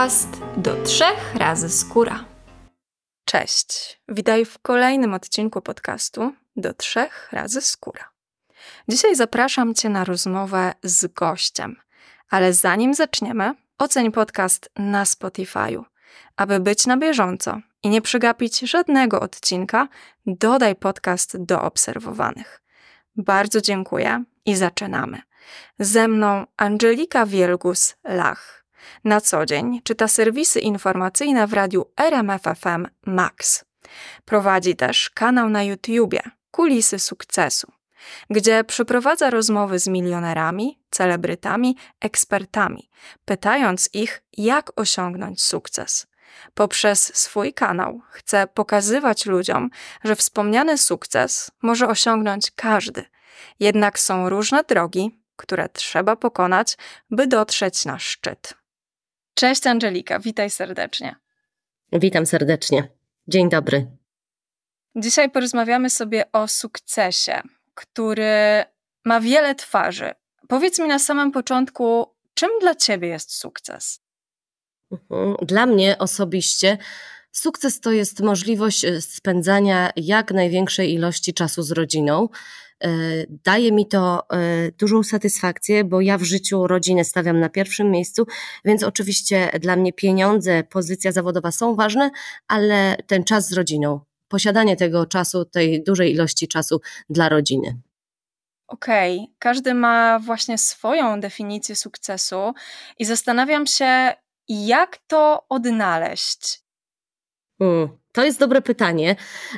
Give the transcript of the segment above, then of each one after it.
podcast do 3 razy skóra. Cześć, witaj w kolejnym odcinku podcastu do 3 razy skóra. Dzisiaj zapraszam Cię na rozmowę z gościem, ale zanim zaczniemy, oceń podcast na Spotify'u. Aby być na bieżąco i nie przegapić żadnego odcinka, dodaj podcast do obserwowanych. Bardzo dziękuję i zaczynamy. Ze mną Angelika Wielgus-Lach. Na co dzień czyta serwisy informacyjne w radiu RMF FM Max. Prowadzi też kanał na YouTubie Kulisy Sukcesu, gdzie przeprowadza rozmowy z milionerami, celebrytami, ekspertami, pytając ich, jak osiągnąć sukces. Poprzez swój kanał chce pokazywać ludziom, że wspomniany sukces może osiągnąć każdy. Jednak są różne drogi, które trzeba pokonać, by dotrzeć na szczyt. Cześć Angelika, witaj serdecznie. Witam serdecznie. Dzień dobry. Dzisiaj porozmawiamy sobie o sukcesie, który ma wiele twarzy. Powiedz mi na samym początku, czym dla Ciebie jest sukces? Dla mnie osobiście sukces to jest możliwość spędzania jak największej ilości czasu z rodziną. Daje mi to dużą satysfakcję, bo ja w życiu rodzinę stawiam na pierwszym miejscu, więc oczywiście dla mnie pieniądze, pozycja zawodowa są ważne, ale ten czas z rodziną, posiadanie tego czasu, tej dużej ilości czasu dla rodziny. Okej, każdy ma właśnie swoją definicję sukcesu i zastanawiam się, jak to odnaleźć? To jest dobre pytanie.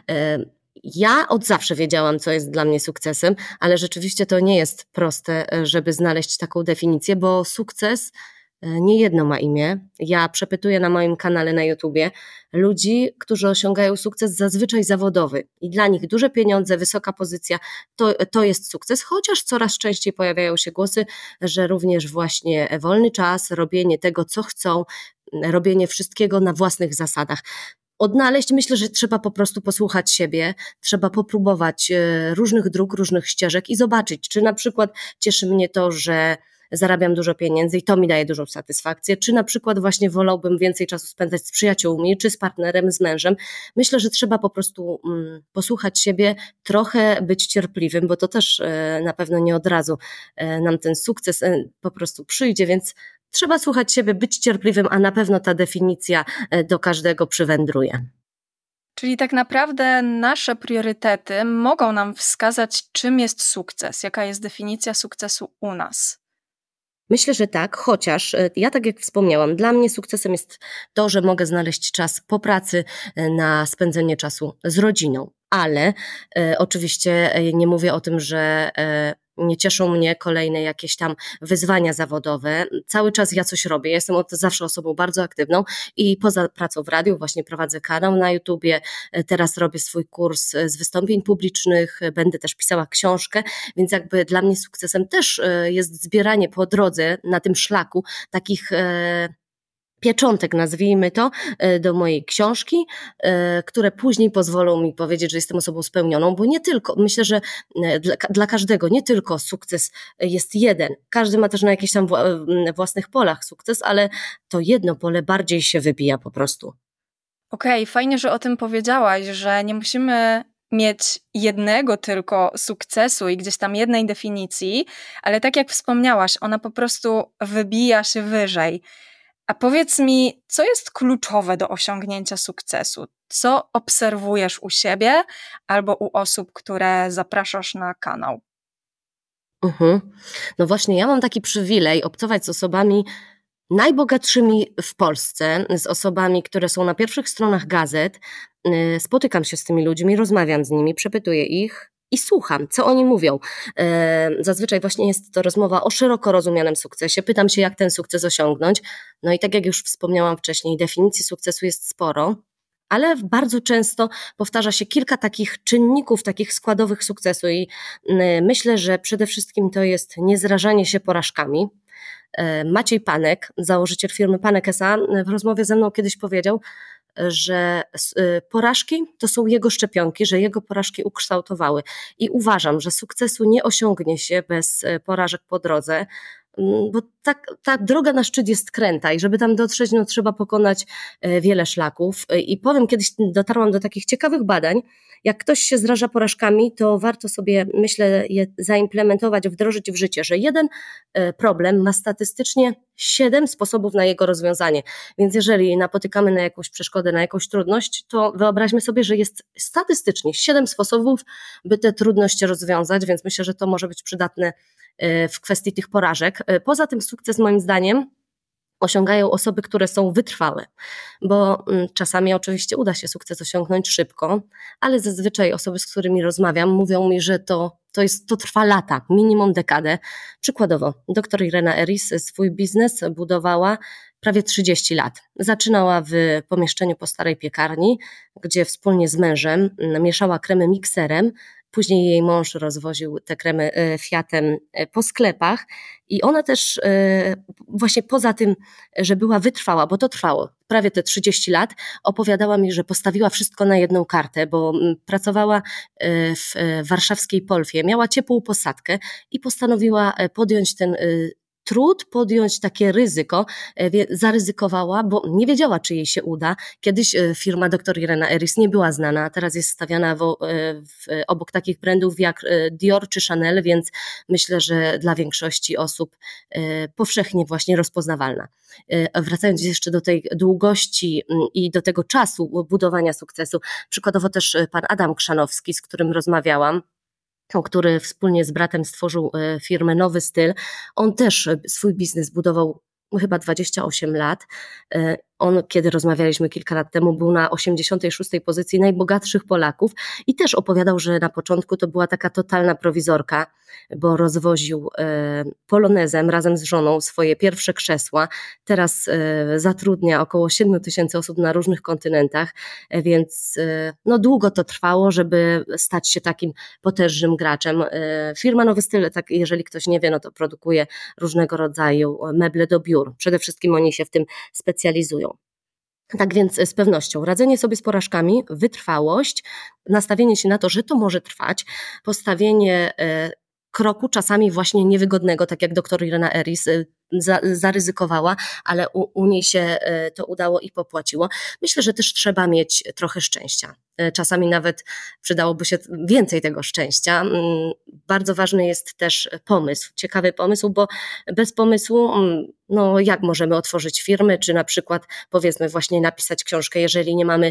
Ja od zawsze wiedziałam, co jest dla mnie sukcesem, ale rzeczywiście to nie jest proste, żeby znaleźć taką definicję, bo sukces nie jedno ma imię. Ja przepytuję na moim kanale na YouTubie ludzi, którzy osiągają sukces zazwyczaj zawodowy i dla nich duże pieniądze, wysoka pozycja to jest sukces, chociaż coraz częściej pojawiają się głosy, że również właśnie wolny czas, robienie tego, co chcą, robienie wszystkiego na własnych zasadach. Odnaleźć, myślę, że trzeba po prostu posłuchać siebie, trzeba popróbować różnych dróg, różnych ścieżek i zobaczyć, czy na przykład cieszy mnie to, że zarabiam dużo pieniędzy i to mi daje dużą satysfakcję, czy na przykład właśnie wolałbym więcej czasu spędzać z przyjaciółmi, czy z partnerem, z mężem. Myślę, że trzeba po prostu posłuchać siebie, trochę być cierpliwym, bo to też na pewno nie od razu nam ten sukces po prostu przyjdzie, więc trzeba słuchać siebie, być cierpliwym, a na pewno ta definicja do każdego przywędruje. Czyli tak naprawdę nasze priorytety mogą nam wskazać, czym jest sukces, jaka jest definicja sukcesu u nas. Myślę, że tak, chociaż ja tak jak wspomniałam, dla mnie sukcesem jest to, że mogę znaleźć czas po pracy na spędzenie czasu z rodziną, ale oczywiście nie mówię o tym, że nie cieszą mnie kolejne jakieś tam wyzwania zawodowe. Cały czas ja coś robię. Ja jestem od zawsze osobą bardzo aktywną i poza pracą w radiu właśnie prowadzę kanał na YouTubie. Teraz robię swój kurs z wystąpień publicznych, będę też pisała książkę, więc jakby dla mnie sukcesem też jest zbieranie po drodze na tym szlaku takich pieczątek, nazwijmy to, do mojej książki, które później pozwolą mi powiedzieć, że jestem osobą spełnioną, bo nie tylko, myślę, że dla każdego nie tylko sukces jest jeden, każdy ma też na jakichś tam własnych polach sukces, ale to jedno pole bardziej się wybija po prostu. Okej, fajnie, że o tym powiedziałaś, że nie musimy mieć jednego tylko sukcesu i gdzieś tam jednej definicji, ale tak jak wspomniałaś, ona po prostu wybija się wyżej. A powiedz mi, co jest kluczowe do osiągnięcia sukcesu? Co obserwujesz u siebie albo u osób, które zapraszasz na kanał? No właśnie, ja mam taki przywilej obcować z osobami najbogatszymi w Polsce, z osobami, które są na pierwszych stronach gazet. Spotykam się z tymi ludźmi, rozmawiam z nimi, przepytuję ich i słucham, co oni mówią. Zazwyczaj właśnie jest to rozmowa o szeroko rozumianym sukcesie. Pytam się, jak ten sukces osiągnąć. No i tak jak już wspomniałam wcześniej, definicji sukcesu jest sporo, ale bardzo często powtarza się kilka takich czynników, takich składowych sukcesu i myślę, że przede wszystkim to jest niezrażanie się porażkami. Maciej Panek, założyciel firmy Panek S.A. w rozmowie ze mną kiedyś powiedział, że porażki to są jego szczepionki, że jego porażki ukształtowały. I uważam, że sukcesu nie osiągnie się bez porażek po drodze. bo ta droga na szczyt jest kręta i żeby tam dotrzeć, no trzeba pokonać wiele szlaków. I powiem, kiedyś dotarłam do takich ciekawych badań. Jak ktoś się zraża porażkami, to warto sobie, myślę, je zaimplementować, wdrożyć w życie, że jeden problem ma statystycznie 7 sposobów na jego rozwiązanie. Więc jeżeli napotykamy na jakąś przeszkodę, na jakąś trudność, to wyobraźmy sobie, że jest statystycznie 7 sposobów, by te trudności rozwiązać, więc myślę, że to może być przydatne w kwestii tych porażek. Poza tym sukces, moim zdaniem, osiągają osoby, które są wytrwałe, bo czasami oczywiście uda się sukces osiągnąć szybko, ale zazwyczaj osoby, z którymi rozmawiam, mówią mi, że to trwa lata, minimum dekadę. Przykładowo, dr Irena Eris swój biznes budowała prawie 30 lat. Zaczynała w pomieszczeniu po starej piekarni, gdzie wspólnie z mężem mieszała kremy mikserem. Później jej mąż rozwoził te kremy Fiatem po sklepach i ona też właśnie poza tym, że była wytrwała, bo to trwało prawie te 30 lat, opowiadała mi, że postawiła wszystko na jedną kartę, bo pracowała w warszawskiej Polfie, miała ciepłą posadkę i postanowiła podjąć ten trud, podjąć takie ryzyko, zaryzykowała, bo nie wiedziała, czy jej się uda. Kiedyś firma dr Irena Eris nie była znana, a teraz jest stawiana obok takich brandów jak Dior czy Chanel, więc myślę, że dla większości osób powszechnie właśnie rozpoznawalna. Wracając jeszcze do tej długości i do tego czasu budowania sukcesu, przykładowo też pan Adam Krzanowski, z którym rozmawiałam, który wspólnie z bratem stworzył firmę Nowy Styl. On też swój biznes budował chyba 28 lat. On, kiedy rozmawialiśmy kilka lat temu, był na 86. pozycji najbogatszych Polaków i też opowiadał, że na początku to była taka totalna prowizorka, bo rozwoził polonezem razem z żoną swoje pierwsze krzesła. Teraz zatrudnia około 7 000 osób na różnych kontynentach, więc no długo to trwało, żeby stać się takim potężnym graczem. Firma Nowy Styl, tak jeżeli ktoś nie wie, no to produkuje różnego rodzaju meble do biur. Przede wszystkim oni się w tym specjalizują. Tak więc z pewnością radzenie sobie z porażkami, wytrwałość, nastawienie się na to, że to może trwać, postawienie kroku czasami właśnie niewygodnego, tak jak dr Irena Eris zaryzykowała, ale u niej się to udało i popłaciło. Myślę, że też trzeba mieć trochę szczęścia. Czasami nawet przydałoby się więcej tego szczęścia. Bardzo ważny jest też pomysł, ciekawy pomysł, bo bez pomysłu, no jak możemy otworzyć firmy, czy na przykład powiedzmy właśnie napisać książkę, jeżeli nie mamy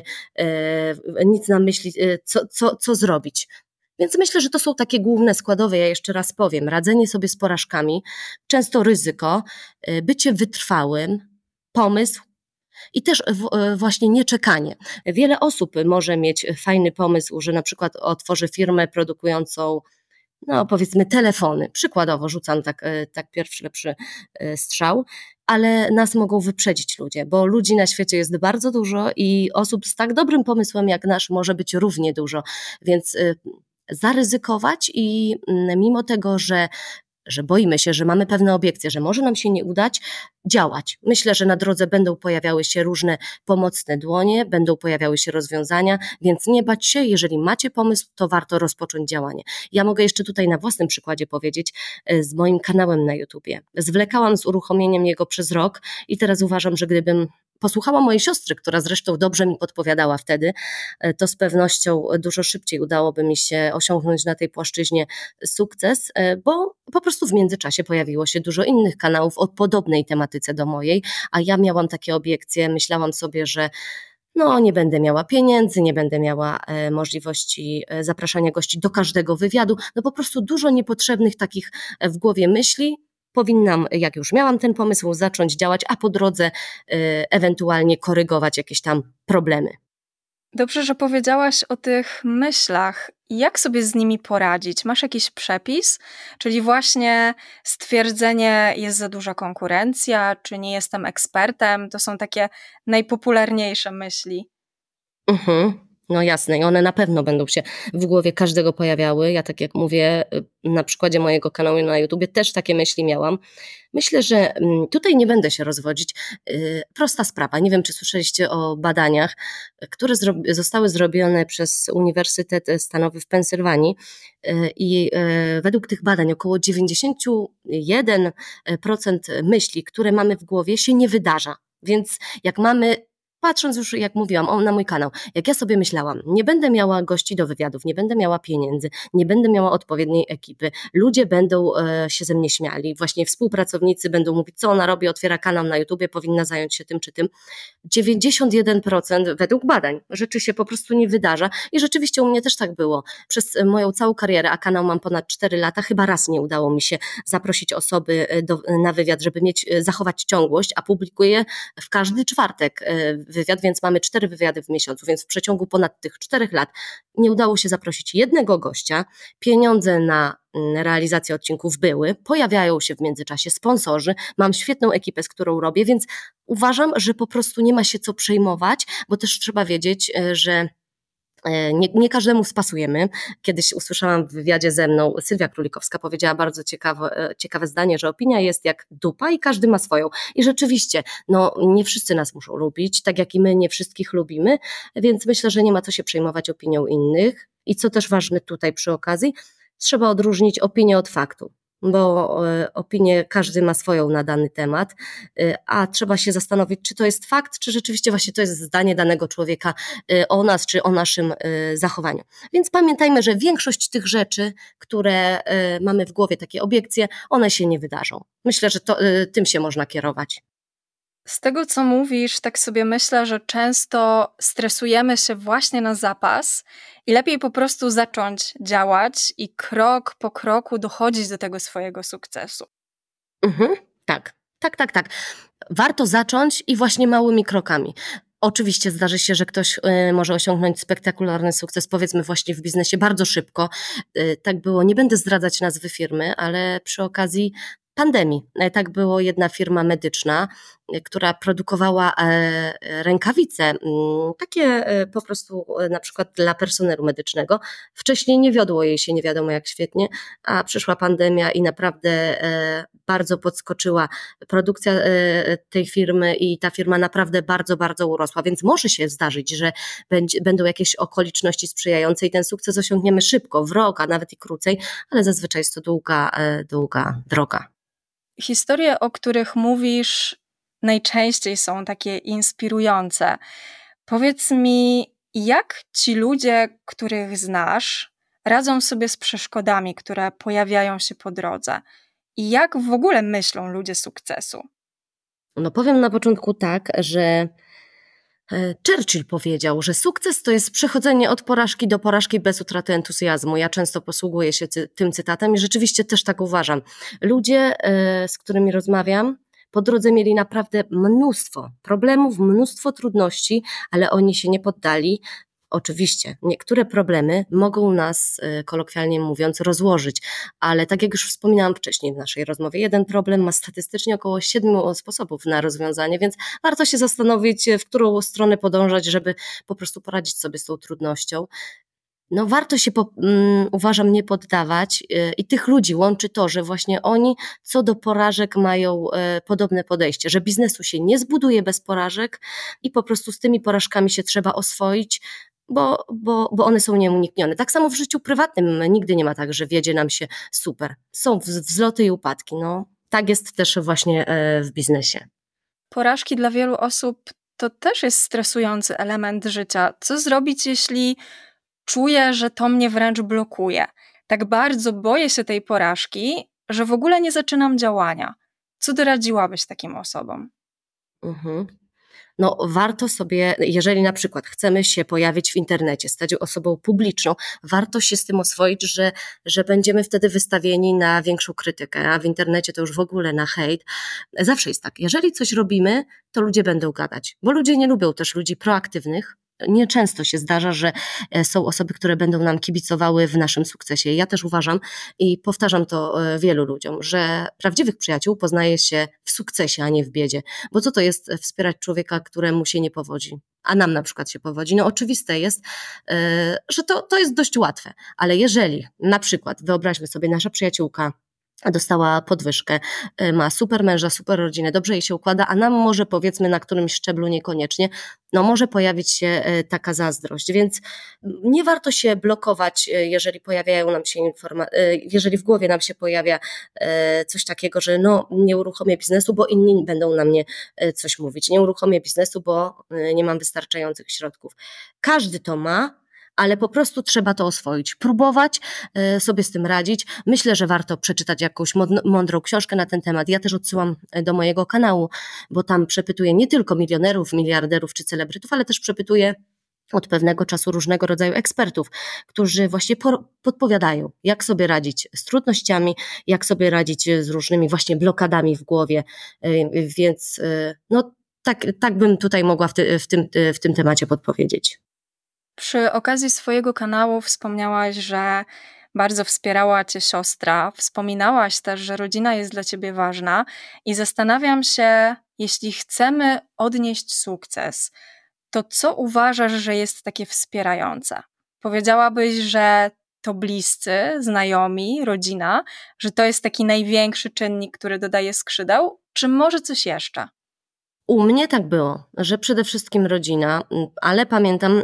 nic na myśli, co zrobić. Więc myślę, że to są takie główne składowe, ja jeszcze raz powiem, radzenie sobie z porażkami, często ryzyko, bycie wytrwałym, pomysł i też właśnie nieczekanie. Wiele osób może mieć fajny pomysł, że na przykład otworzy firmę produkującą, no powiedzmy telefony, przykładowo rzucam tak pierwszy lepszy strzał, ale nas mogą wyprzedzić ludzie, bo ludzi na świecie jest bardzo dużo i osób z tak dobrym pomysłem jak nasz może być równie dużo, więc zaryzykować i mimo tego, że boimy się, że mamy pewne obiekcje, że może nam się nie udać, działać. Myślę, że na drodze będą pojawiały się różne pomocne dłonie, będą pojawiały się rozwiązania, więc nie bać się, jeżeli macie pomysł, to warto rozpocząć działanie. Ja mogę jeszcze tutaj na własnym przykładzie powiedzieć z moim kanałem na YouTubie. Zwlekałam z uruchomieniem jego przez rok i teraz uważam, że gdybym posłuchała mojej siostry, która zresztą dobrze mi podpowiadała wtedy, to z pewnością dużo szybciej udałoby mi się osiągnąć na tej płaszczyźnie sukces, bo po prostu w międzyczasie pojawiło się dużo innych kanałów o podobnej tematyce do mojej, a ja miałam takie obiekcje, myślałam sobie, że no nie będę miała pieniędzy, nie będę miała możliwości zapraszania gości do każdego wywiadu, no po prostu dużo niepotrzebnych takich w głowie myśli. Powinnam, jak już miałam ten pomysł, zacząć działać, a po drodze ewentualnie korygować jakieś tam problemy. Dobrze, że powiedziałaś o tych myślach. Jak sobie z nimi poradzić? Masz jakiś przepis? Czyli właśnie stwierdzenie, jest za duża konkurencja, czy nie jestem ekspertem, to są takie najpopularniejsze myśli. No jasne, i one na pewno będą się w głowie każdego pojawiały. Ja tak jak mówię, na przykładzie mojego kanału na YouTubie też takie myśli miałam. Myślę, że tutaj nie będę się rozwodzić. Prosta sprawa, nie wiem czy słyszeliście o badaniach, które zostały zrobione przez Uniwersytet Stanowy w Pensylwanii i według tych badań około 91% myśli, które mamy w głowie się nie wydarza. Więc jak mamy, patrząc już, jak mówiłam, na mój kanał, jak ja sobie myślałam, nie będę miała gości do wywiadów, nie będę miała pieniędzy, nie będę miała odpowiedniej ekipy, ludzie będą się ze mnie śmiali, właśnie współpracownicy będą mówić, co ona robi, otwiera kanał na YouTubie, powinna zająć się tym czy tym. 91% według badań rzeczy się po prostu nie wydarza i rzeczywiście u mnie też tak było. Przez moją całą karierę, a kanał mam ponad 4 lata, chyba raz nie udało mi się zaprosić osoby na wywiad, żeby zachować ciągłość, a publikuję w każdy czwartek wywiad, więc mamy 4 wywiady w miesiącu, więc w przeciągu ponad tych 4 lat nie udało się zaprosić jednego gościa, pieniądze na realizację odcinków były, pojawiają się w międzyczasie sponsorzy, mam świetną ekipę, z którą robię, więc uważam, że po prostu nie ma się co przejmować, bo też trzeba wiedzieć, że nie każdemu spasujemy. Kiedyś usłyszałam w wywiadzie ze mną, Sylwia Królikowska powiedziała bardzo ciekawe zdanie, że opinia jest jak dupa i każdy ma swoją. I rzeczywiście, nie wszyscy nas muszą lubić, tak jak i my nie wszystkich lubimy, więc myślę, że nie ma co się przejmować opinią innych. I co też ważne tutaj przy okazji, trzeba odróżnić opinię od faktu, bo opinię każdy ma swoją na dany temat, a trzeba się zastanowić, czy to jest fakt, czy rzeczywiście właśnie to jest zdanie danego człowieka o nas, czy o naszym zachowaniu. Więc pamiętajmy, że większość tych rzeczy, które mamy w głowie, takie obiekcje, one się nie wydarzą. Myślę, że tym się można kierować. Z tego, co mówisz, tak sobie myślę, że często stresujemy się właśnie na zapas i lepiej po prostu zacząć działać i krok po kroku dochodzić do tego swojego sukcesu. Tak. Warto zacząć i właśnie małymi krokami. Oczywiście zdarzy się, że ktoś może osiągnąć spektakularny sukces, powiedzmy właśnie w biznesie bardzo szybko. Tak było, nie będę zdradzać nazwy firmy, ale przy okazji pandemii. Tak było, jedna firma medyczna, która produkowała rękawice, takie po prostu na przykład dla personelu medycznego. Wcześniej nie wiodło jej się nie wiadomo jak świetnie, a przyszła pandemia i naprawdę bardzo podskoczyła produkcja tej firmy i ta firma naprawdę bardzo, bardzo urosła, więc może się zdarzyć, że będą jakieś okoliczności sprzyjające i ten sukces osiągniemy szybko, w rok, a nawet i krócej, ale zazwyczaj jest to długa droga. Historie, o których mówisz, najczęściej są takie inspirujące. Powiedz mi, jak ci ludzie, których znasz, radzą sobie z przeszkodami, które pojawiają się po drodze? I jak w ogóle myślą ludzie sukcesu? Powiem na początku tak, że Churchill powiedział, że sukces to jest przechodzenie od porażki do porażki bez utraty entuzjazmu. Ja często posługuję się tym cytatem i rzeczywiście też tak uważam. Ludzie, z którymi rozmawiam, po drodze mieli naprawdę mnóstwo problemów, mnóstwo trudności, ale oni się nie poddali. Oczywiście, niektóre problemy mogą nas, kolokwialnie mówiąc, rozłożyć, ale tak jak już wspominałam wcześniej w naszej rozmowie, jeden problem ma statystycznie około 7 sposobów na rozwiązanie, więc warto się zastanowić, w którą stronę podążać, żeby po prostu poradzić sobie z tą trudnością. Warto się, uważam, nie poddawać i tych ludzi łączy to, że właśnie oni co do porażek mają podobne podejście, że biznesu się nie zbuduje bez porażek i po prostu z tymi porażkami się trzeba oswoić, bo one są nieuniknione. Tak samo w życiu prywatnym nigdy nie ma tak, że wiedzie nam się super. Są wzloty i upadki. Tak jest też właśnie w biznesie. Porażki dla wielu osób to też jest stresujący element życia. Co zrobić, jeśli czuję, że to mnie wręcz blokuje? Tak bardzo boję się tej porażki, że w ogóle nie zaczynam działania. Co doradziłabyś takim osobom? Warto sobie, jeżeli na przykład chcemy się pojawić w internecie, stać osobą publiczną, warto się z tym oswoić, że będziemy wtedy wystawieni na większą krytykę, a w internecie to już w ogóle na hejt. Zawsze jest tak, jeżeli coś robimy, to ludzie będą gadać, bo ludzie nie lubią też ludzi proaktywnych. Nieczęsto się zdarza, że są osoby, które będą nam kibicowały w naszym sukcesie. Ja też uważam i powtarzam to wielu ludziom, że prawdziwych przyjaciół poznaje się w sukcesie, a nie w biedzie. Bo co to jest wspierać człowieka, któremu się nie powodzi? a nam na przykład się powodzi. No oczywiste jest, że to jest dość łatwe, ale jeżeli na przykład, wyobraźmy sobie, nasza przyjaciółka dostała podwyżkę, ma super męża, super rodzinę, dobrze jej się układa, a nam może, powiedzmy, na którymś szczeblu niekoniecznie, no może pojawić się taka zazdrość, więc nie warto się blokować, jeżeli pojawiają nam się jeżeli w głowie nam się pojawia coś takiego, że no nie uruchomię biznesu, bo inni będą na mnie coś mówić, nie uruchomię biznesu, bo nie mam wystarczających środków. Każdy to ma, ale po prostu trzeba to oswoić, próbować sobie z tym radzić. Myślę, że warto przeczytać jakąś mądrą książkę na ten temat. Ja też odsyłam do mojego kanału, bo tam przepytuję nie tylko milionerów, miliarderów czy celebrytów, ale też przepytuję od pewnego czasu różnego rodzaju ekspertów, którzy właśnie podpowiadają, jak sobie radzić z trudnościami, jak sobie radzić z różnymi właśnie blokadami w głowie, więc no tak bym tutaj mogła w tym temacie podpowiedzieć. Przy okazji swojego kanału wspomniałaś, że bardzo wspierała cię siostra. Wspominałaś też, że rodzina jest dla ciebie ważna i zastanawiam się, jeśli chcemy odnieść sukces, to co uważasz, że jest takie wspierające? Powiedziałabyś, że to bliscy, znajomi, rodzina, że to jest taki największy czynnik, który dodaje skrzydeł, czy może coś jeszcze? U mnie tak było, że przede wszystkim rodzina, ale pamiętam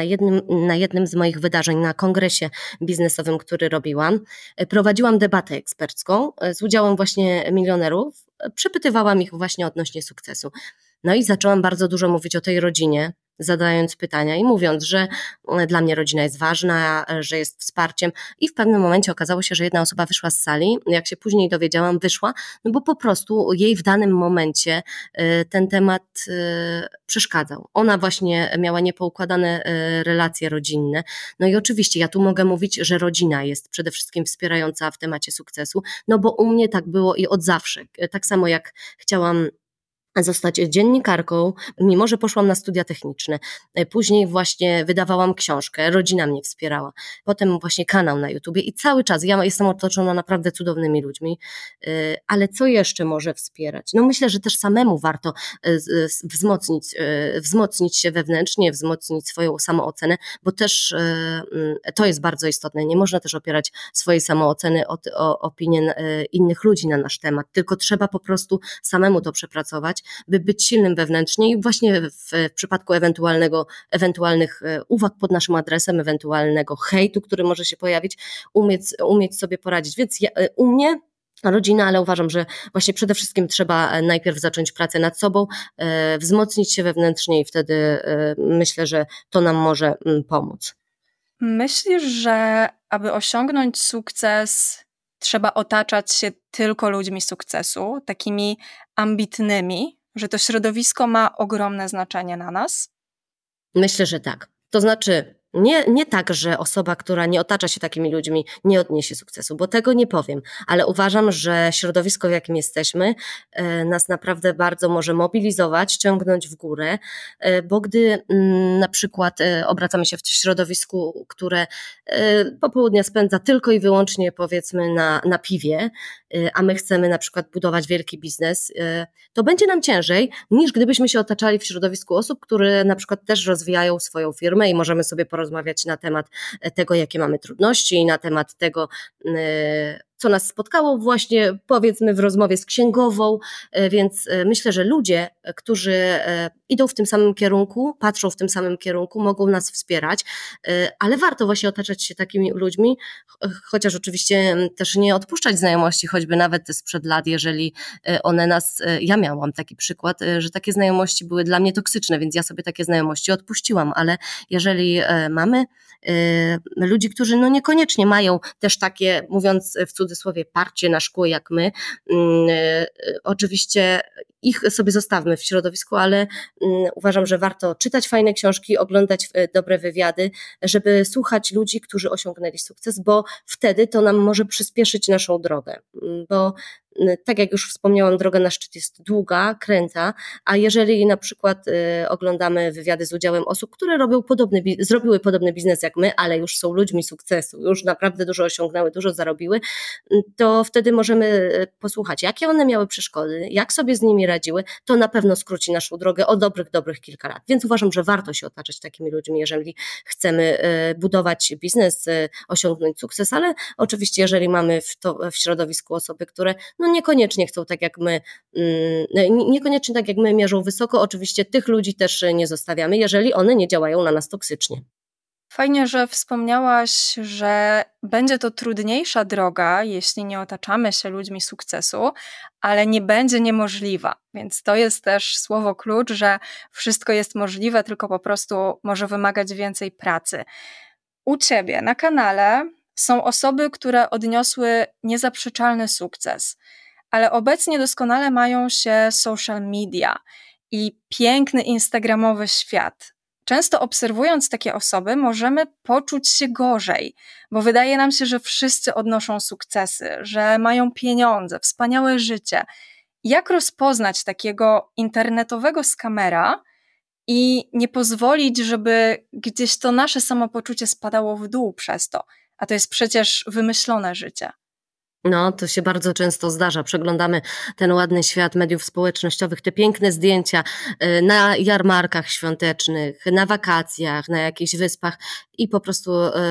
na jednym z moich wydarzeń, na kongresie biznesowym, który robiłam, prowadziłam debatę ekspercką z udziałem właśnie milionerów, przepytywałam ich właśnie odnośnie sukcesu. No i zaczęłam bardzo dużo mówić o tej rodzinie, zadając pytania i mówiąc, że dla mnie rodzina jest ważna, że jest wsparciem i w pewnym momencie okazało się, że jedna osoba wyszła z sali, jak się później dowiedziałam, wyszła, no bo po prostu jej w danym momencie ten temat przeszkadzał. Ona właśnie miała niepoukładane relacje rodzinne, no i oczywiście ja tu mogę mówić, że rodzina jest przede wszystkim wspierająca w temacie sukcesu, no bo u mnie tak było i od zawsze, tak samo jak chciałam zostać dziennikarką, mimo że poszłam na studia techniczne. Później właśnie wydawałam książkę, rodzina mnie wspierała. Potem właśnie kanał na YouTubie i cały czas ja jestem otoczona naprawdę cudownymi ludźmi. Ale co jeszcze może wspierać? No myślę, że też samemu warto wzmocnić się wewnętrznie, wzmocnić swoją samoocenę, bo też to jest bardzo istotne. Nie można też opierać swojej samooceny o opinię innych ludzi na nasz temat, tylko trzeba po prostu samemu to przepracować, by być silnym wewnętrznie i właśnie w przypadku ewentualnych uwag pod naszym adresem, ewentualnego hejtu, który może się pojawić, umieć sobie poradzić. Więc u mnie rodzina, ale uważam, że właśnie przede wszystkim trzeba najpierw zacząć pracę nad sobą, wzmocnić się wewnętrznie i wtedy myślę, że to nam może pomóc. Myślisz, że aby osiągnąć sukces, trzeba otaczać się tylko ludźmi sukcesu, takimi ambitnymi, że to środowisko ma ogromne znaczenie na nas? Myślę, że tak. To znaczy nie tak, że osoba, która nie otacza się takimi ludźmi, nie odniesie sukcesu, bo tego nie powiem, ale uważam, że środowisko, w jakim jesteśmy, nas naprawdę bardzo może mobilizować, ciągnąć w górę, bo gdy na przykład obracamy się w środowisku, które popołudnia spędza tylko i wyłącznie, powiedzmy, na piwie, a my chcemy na przykład budować wielki biznes, to będzie nam ciężej, niż gdybyśmy się otaczali w środowisku osób, które na przykład też rozwijają swoją firmę i możemy sobie porozmawiać na temat tego, jakie mamy trudności i na temat tego, co nas spotkało właśnie, powiedzmy, w rozmowie z księgową, więc myślę, że ludzie, którzy idą w tym samym kierunku, patrzą w tym samym kierunku, mogą nas wspierać, ale warto właśnie otaczać się takimi ludźmi, chociaż oczywiście też nie odpuszczać znajomości, choćby nawet sprzed lat, jeżeli one nas, ja miałam taki przykład, że takie znajomości były dla mnie toksyczne, więc ja sobie takie znajomości odpuściłam, ale jeżeli mamy ludzi, którzy no niekoniecznie mają też takie, mówiąc w cudzysłowie, parcie na szkło jak my, oczywiście ich sobie zostawmy w środowisku, ale uważam, że warto czytać fajne książki, oglądać dobre wywiady, żeby słuchać ludzi, którzy osiągnęli sukces, bo wtedy to nam może przyspieszyć naszą drogę, bo tak jak już wspomniałam, droga na szczyt jest długa, kręta, a jeżeli na przykład oglądamy wywiady z udziałem osób, które zrobiły podobny biznes jak my, ale już są ludźmi sukcesu, już naprawdę dużo osiągnęły, dużo zarobiły, to wtedy możemy posłuchać, jakie one miały przeszkody, jak sobie z nimi radziły, to na pewno skróci naszą drogę o dobrych kilka lat. Więc uważam, że warto się otaczać takimi ludźmi, jeżeli chcemy budować biznes, osiągnąć sukces, ale oczywiście jeżeli mamy w środowisku osoby, które niekoniecznie chcą tak jak my, niekoniecznie tak jak my mierzą wysoko, oczywiście tych ludzi też nie zostawiamy, jeżeli one nie działają na nas toksycznie. Fajnie, że wspomniałaś, że będzie to trudniejsza droga, jeśli nie otaczamy się ludźmi sukcesu, ale nie będzie niemożliwa. Więc to jest też słowo klucz, że wszystko jest możliwe, tylko po prostu może wymagać więcej pracy. U Ciebie na kanale są osoby, które odniosły niezaprzeczalny sukces, ale obecnie doskonale mają się social media i piękny instagramowy świat. Często obserwując takie osoby możemy poczuć się gorzej, bo wydaje nam się, że wszyscy odnoszą sukcesy, że mają pieniądze, wspaniałe życie. Jak rozpoznać takiego internetowego skamera i nie pozwolić, żeby gdzieś to nasze samopoczucie spadało w dół przez to, a to jest przecież wymyślone życie? No, to się bardzo często zdarza. Przeglądamy ten ładny świat mediów społecznościowych, te piękne zdjęcia na jarmarkach świątecznych, na wakacjach, na jakichś wyspach i po prostu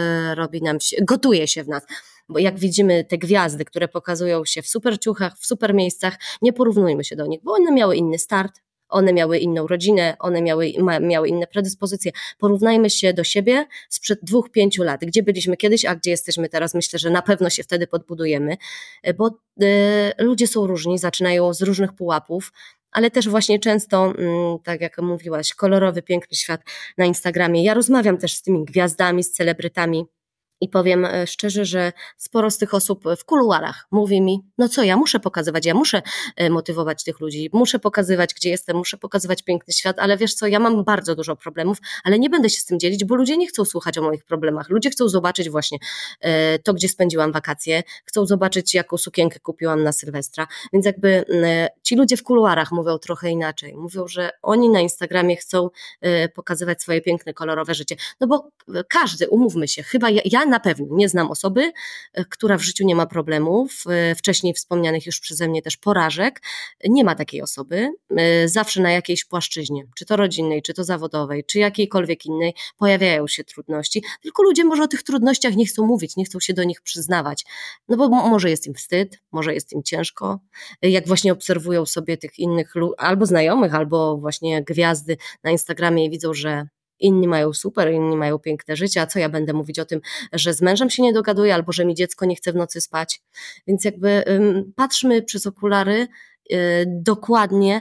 gotuje się w nas. Bo jak widzimy te gwiazdy, które pokazują się w super ciuchach, w super miejscach, nie porównujmy się do nich, bo one miały inny start, one miały inną rodzinę, one miały inne predyspozycje. Porównajmy się do siebie sprzed 2-5 lat. Gdzie byliśmy kiedyś, a gdzie jesteśmy teraz? Myślę, że na pewno się wtedy podbudujemy, bo ludzie są różni, zaczynają z różnych pułapów, ale też właśnie często, tak jak mówiłaś, kolorowy, piękny świat na Instagramie. Ja rozmawiam też z tymi gwiazdami, z celebrytami. I powiem szczerze, że sporo z tych osób w kuluarach mówi mi, no co, ja muszę pokazywać, ja muszę motywować tych ludzi, muszę pokazywać, gdzie jestem, muszę pokazywać piękny świat, ale wiesz co, ja mam bardzo dużo problemów, ale nie będę się z tym dzielić, bo ludzie nie chcą słuchać o moich problemach, ludzie chcą zobaczyć właśnie to, gdzie spędziłam wakacje, chcą zobaczyć, jaką sukienkę kupiłam na Sylwestra, więc jakby ci ludzie w kuluarach mówią trochę inaczej, mówią, że oni na Instagramie chcą pokazywać swoje piękne, kolorowe życie, no bo każdy, umówmy się, chyba ja na pewno nie znam osoby, która w życiu nie ma problemów, wcześniej wspomnianych już przeze mnie też porażek. Nie ma takiej osoby. Zawsze na jakiejś płaszczyźnie, czy to rodzinnej, czy to zawodowej, czy jakiejkolwiek innej, pojawiają się trudności. Tylko ludzie może o tych trudnościach nie chcą mówić, nie chcą się do nich przyznawać. No bo może jest im wstyd, może jest im ciężko. Jak właśnie obserwują sobie tych innych albo znajomych, albo właśnie gwiazdy na Instagramie i widzą, że inni mają super, inni mają piękne życie, a co ja będę mówić o tym, że z mężem się nie dogaduję, albo że mi dziecko nie chce w nocy spać. Więc jakby patrzmy przez okulary dokładnie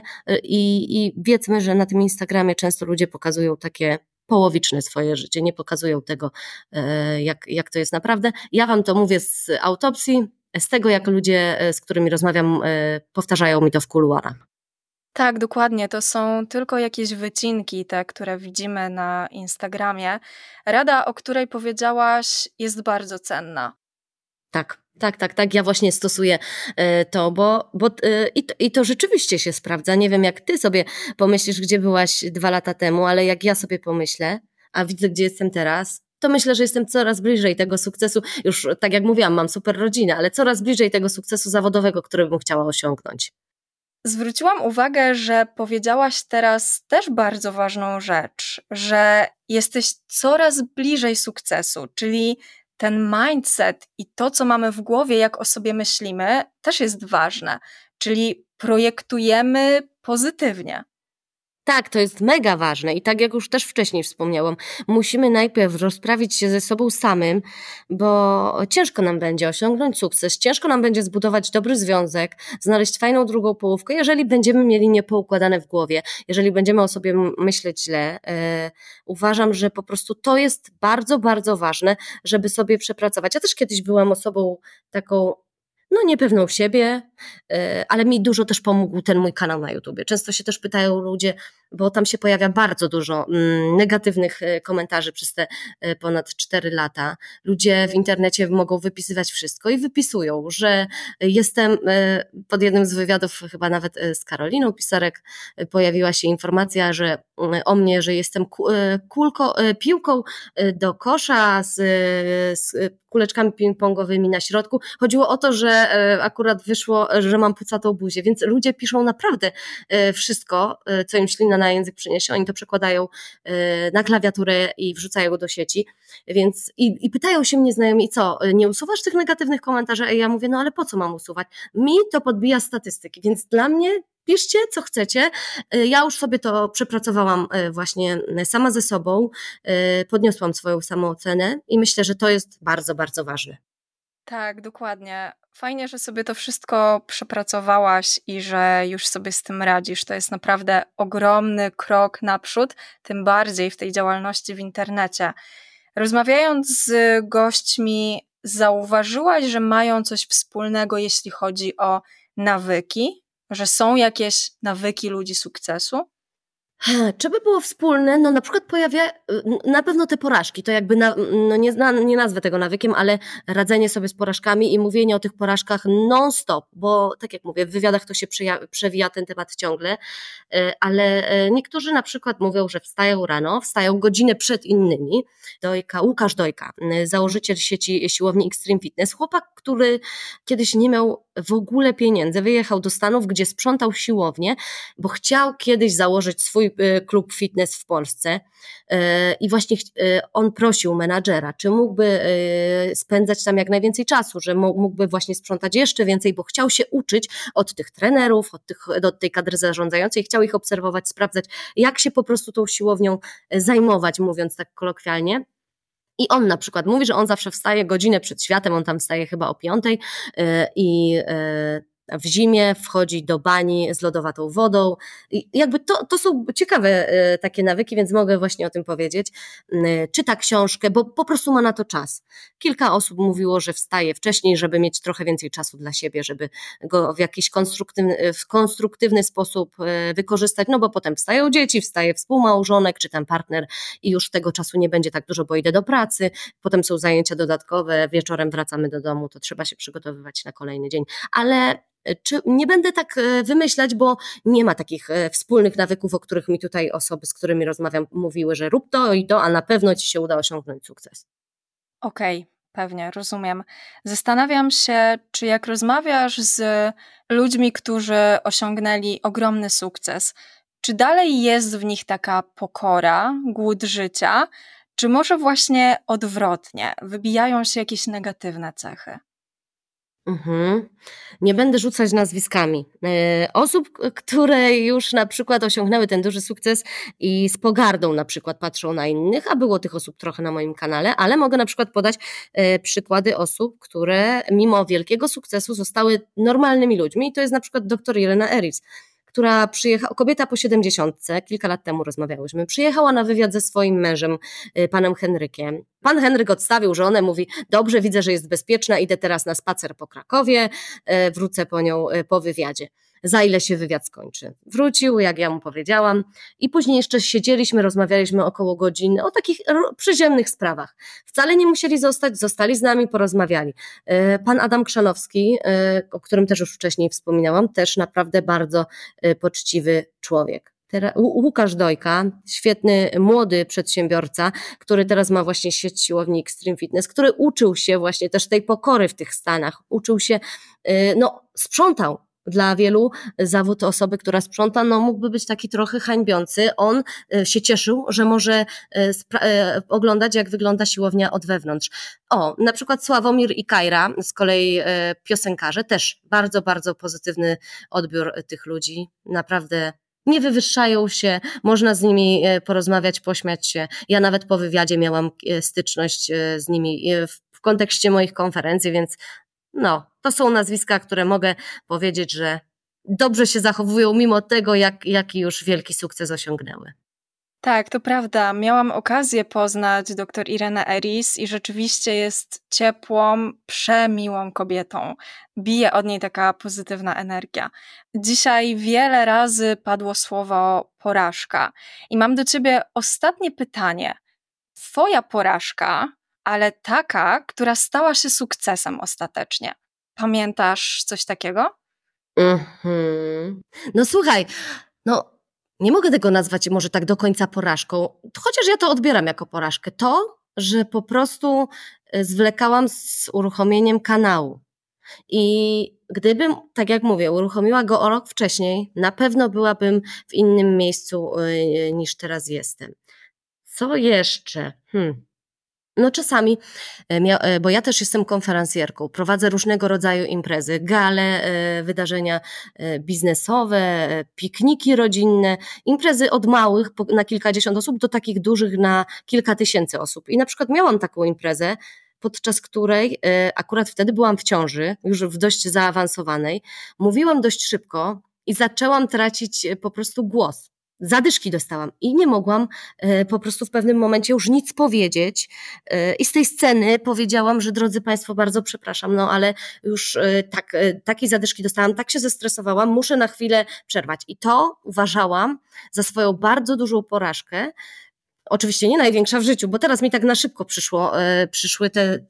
i wiedzmy, że na tym Instagramie często ludzie pokazują takie połowiczne swoje życie, nie pokazują tego, jak to jest naprawdę. Ja wam to mówię z autopsji, z tego jak ludzie, z którymi rozmawiam, powtarzają mi to w kuluarach. Tak, dokładnie. To są tylko jakieś wycinki, te, które widzimy na Instagramie. Rada, o której powiedziałaś, jest bardzo cenna. Tak. Ja właśnie stosuję to, i to rzeczywiście się sprawdza. Nie wiem, jak ty sobie pomyślisz, gdzie byłaś 2 lata temu, ale jak ja sobie pomyślę, a widzę, gdzie jestem teraz, to myślę, że jestem coraz bliżej tego sukcesu. Już tak jak mówiłam, mam super rodzinę, ale coraz bliżej tego sukcesu zawodowego, który bym chciała osiągnąć. Zwróciłam uwagę, że powiedziałaś teraz też bardzo ważną rzecz, że jesteś coraz bliżej sukcesu, czyli ten mindset i to, co mamy w głowie, jak o sobie myślimy, też jest ważne, czyli projektujemy pozytywnie. Tak, to jest mega ważne i tak jak już też wcześniej wspomniałam, musimy najpierw rozprawić się ze sobą samym, bo ciężko nam będzie osiągnąć sukces, ciężko nam będzie zbudować dobry związek, znaleźć fajną drugą połówkę, jeżeli będziemy mieli niepoukładane w głowie, jeżeli będziemy o sobie myśleć źle. Uważam, że po prostu to jest bardzo, bardzo ważne, żeby sobie przepracować. Ja też kiedyś byłam osobą taką niepewną w siebie, ale mi dużo też pomógł ten mój kanał na YouTubie. Często się też pytają ludzie, bo tam się pojawia bardzo dużo negatywnych komentarzy przez te ponad 4 lata. Ludzie w internecie mogą wypisywać wszystko i wypisują, że jestem, pod jednym z wywiadów chyba nawet z Karoliną Pisarek pojawiła się informacja, że o mnie, że jestem piłką do kosza z kuleczkami ping-pongowymi na środku. Chodziło o to, że akurat wyszło, że mam pucatą buzię, więc ludzie piszą naprawdę wszystko, co im ślina na język przyniesie. Oni to przekładają na klawiaturę i wrzucają go do sieci. Więc i pytają się mnie znajomi, co, nie usuwasz tych negatywnych komentarzy? A ja mówię, no ale po co mam usuwać? Mi to podbija statystyki, więc dla mnie piszcie, co chcecie. Ja już sobie to przepracowałam właśnie sama ze sobą, podniosłam swoją samoocenę i myślę, że to jest bardzo, bardzo ważne. Tak, dokładnie. Fajnie, że sobie to wszystko przepracowałaś i że już sobie z tym radzisz. To jest naprawdę ogromny krok naprzód, tym bardziej w tej działalności w internecie. Rozmawiając z gośćmi, zauważyłaś, że mają coś wspólnego, jeśli chodzi o nawyki? Że są jakieś nawyki ludzi sukcesu? Czy by było wspólne? No na przykład pojawia na pewno te porażki, to jakby nie nazwę tego nawykiem, ale radzenie sobie z porażkami i mówienie o tych porażkach non-stop, bo tak jak mówię, w wywiadach to się przewija ten temat ciągle, ale niektórzy na przykład mówią, że wstają rano, wstają godzinę przed innymi. Łukasz Dojka, założyciel sieci siłowni Extreme Fitness, chłopak, który kiedyś nie miał w ogóle pieniędzy, wyjechał do Stanów, gdzie sprzątał siłownię, bo chciał kiedyś założyć swój klub fitness w Polsce i właśnie on prosił menadżera, czy mógłby spędzać tam jak najwięcej czasu, że mógłby właśnie sprzątać jeszcze więcej, bo chciał się uczyć od tych trenerów, od tej kadry zarządzającej, chciał ich obserwować, sprawdzać, jak się po prostu tą siłownią zajmować, mówiąc tak kolokwialnie. I on na przykład mówi, że on zawsze wstaje godzinę przed światem, on tam wstaje chyba o 5 i w zimie wchodzi do bani z lodowatą wodą. I jakby to są ciekawe takie nawyki, więc mogę właśnie o tym powiedzieć. Czyta książkę, bo po prostu ma na to czas. Kilka osób mówiło, że wstaje wcześniej, żeby mieć trochę więcej czasu dla siebie, żeby go w jakiś konstruktywny sposób wykorzystać, no bo potem wstają dzieci, wstaje współmałżonek czy tam partner i już tego czasu nie będzie tak dużo, bo idę do pracy, potem są zajęcia dodatkowe, wieczorem wracamy do domu, to trzeba się przygotowywać na kolejny dzień. Ale nie będę tak wymyślać, bo nie ma takich wspólnych nawyków, o których mi tutaj osoby, z którymi rozmawiam, mówiły, że rób to i to, a na pewno ci się uda osiągnąć sukces. Okej, pewnie, rozumiem. Zastanawiam się, czy jak rozmawiasz z ludźmi, którzy osiągnęli ogromny sukces, czy dalej jest w nich taka pokora, głód życia, czy może właśnie odwrotnie, wybijają się jakieś negatywne cechy? Nie będę rzucać nazwiskami. Osób, które już na przykład osiągnęły ten duży sukces i z pogardą na przykład patrzą na innych, a było tych osób trochę na moim kanale, ale mogę na przykład podać przykłady osób, które mimo wielkiego sukcesu zostały normalnymi ludźmi i to jest na przykład dr Jelena Eris, która przyjechała, kobieta po 70, kilka lat temu rozmawiałyśmy, przyjechała na wywiad ze swoim mężem, panem Henrykiem. Pan Henryk odstawił żonę, mówi, dobrze, widzę, że jest bezpieczna, idę teraz na spacer po Krakowie, wrócę po nią po wywiadzie. Za ile się wywiad skończy? Wrócił, jak ja mu powiedziałam i później jeszcze siedzieliśmy, rozmawialiśmy około godziny o takich przyziemnych sprawach. Wcale nie musieli zostać, zostali z nami, porozmawiali. Pan Adam Krzanowski, o którym też już wcześniej wspominałam, też naprawdę bardzo poczciwy człowiek. Łukasz Dojka, świetny, młody przedsiębiorca, który teraz ma właśnie sieć siłowni Extreme Fitness, który uczył się właśnie też tej pokory w tych Stanach, uczył się, sprzątał. Dla wielu zawód osoby, która sprząta, mógłby być taki trochę hańbiący. On się cieszył, że może oglądać, jak wygląda siłownia od wewnątrz. Na przykład Sławomir i Kajra, z kolei piosenkarze, też bardzo, bardzo pozytywny odbiór tych ludzi. Naprawdę nie wywyższają się, można z nimi porozmawiać, pośmiać się. Ja nawet po wywiadzie miałam styczność z nimi w kontekście moich konferencji, więc to są nazwiska, które mogę powiedzieć, że dobrze się zachowują mimo tego, jaki już wielki sukces osiągnęły. Tak, to prawda. Miałam okazję poznać dr Irenę Eris i rzeczywiście jest ciepłą, przemiłą kobietą. Bije od niej taka pozytywna energia. Dzisiaj wiele razy padło słowo porażka i mam do ciebie ostatnie pytanie. Twoja porażka, ale taka, która stała się sukcesem ostatecznie. Pamiętasz coś takiego? No słuchaj, no nie mogę tego nazwać może tak do końca porażką, chociaż ja to odbieram jako porażkę. To, że po prostu zwlekałam z uruchomieniem kanału. I gdybym, tak jak mówię, uruchomiła go o rok wcześniej, na pewno byłabym w innym miejscu niż teraz jestem. Co jeszcze? No czasami, bo ja też jestem konferencjerką, prowadzę różnego rodzaju imprezy, gale, wydarzenia biznesowe, pikniki rodzinne, imprezy od małych na kilkadziesiąt osób do takich dużych na kilka tysięcy osób. I na przykład miałam taką imprezę, podczas której akurat wtedy byłam w ciąży, już w dość zaawansowanej, mówiłam dość szybko i zaczęłam tracić po prostu głos. Zadyszki dostałam i nie mogłam po prostu w pewnym momencie już nic powiedzieć i z tej sceny powiedziałam, że drodzy Państwo, bardzo przepraszam, no ale już takie zadyszki dostałam, tak się zestresowałam, muszę na chwilę przerwać. I to uważałam za swoją bardzo dużą porażkę. Oczywiście nie największa w życiu, bo teraz mi tak na szybko przyszły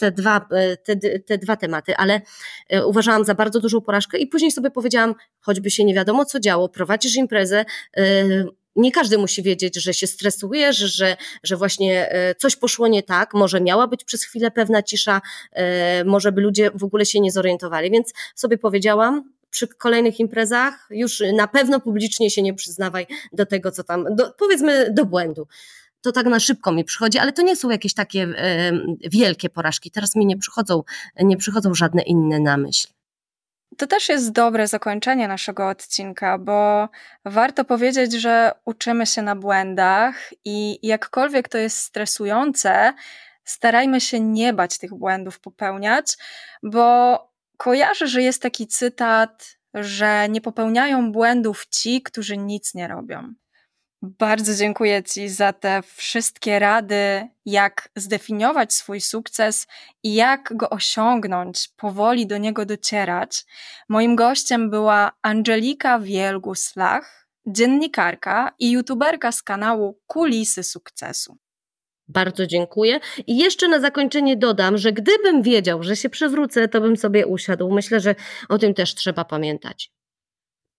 te dwa tematy, ale uważałam za bardzo dużą porażkę i później sobie powiedziałam, choćby się nie wiadomo co działo, prowadzisz imprezę, nie każdy musi wiedzieć, że się stresujesz, że właśnie coś poszło nie tak, może miała być przez chwilę pewna cisza, może by ludzie w ogóle się nie zorientowali, więc sobie powiedziałam, przy kolejnych imprezach już na pewno publicznie się nie przyznawaj do tego, co tam, powiedzmy do błędu. To tak na szybko mi przychodzi, ale to nie są jakieś takie wielkie porażki. Teraz mi nie przychodzą żadne inne na myśl. To też jest dobre zakończenie naszego odcinka, bo warto powiedzieć, że uczymy się na błędach i jakkolwiek to jest stresujące, starajmy się nie bać tych błędów popełniać, bo kojarzę, że jest taki cytat, że nie popełniają błędów ci, którzy nic nie robią. Bardzo dziękuję Ci za te wszystkie rady, jak zdefiniować swój sukces i jak go osiągnąć, powoli do niego docierać. Moim gościem była Angelika Wielgus-Lach, dziennikarka i youtuberka z kanału Kulisy Sukcesu. Bardzo dziękuję. I jeszcze na zakończenie dodam, że gdybym wiedział, że się przewrócę, to bym sobie usiadł. Myślę, że o tym też trzeba pamiętać.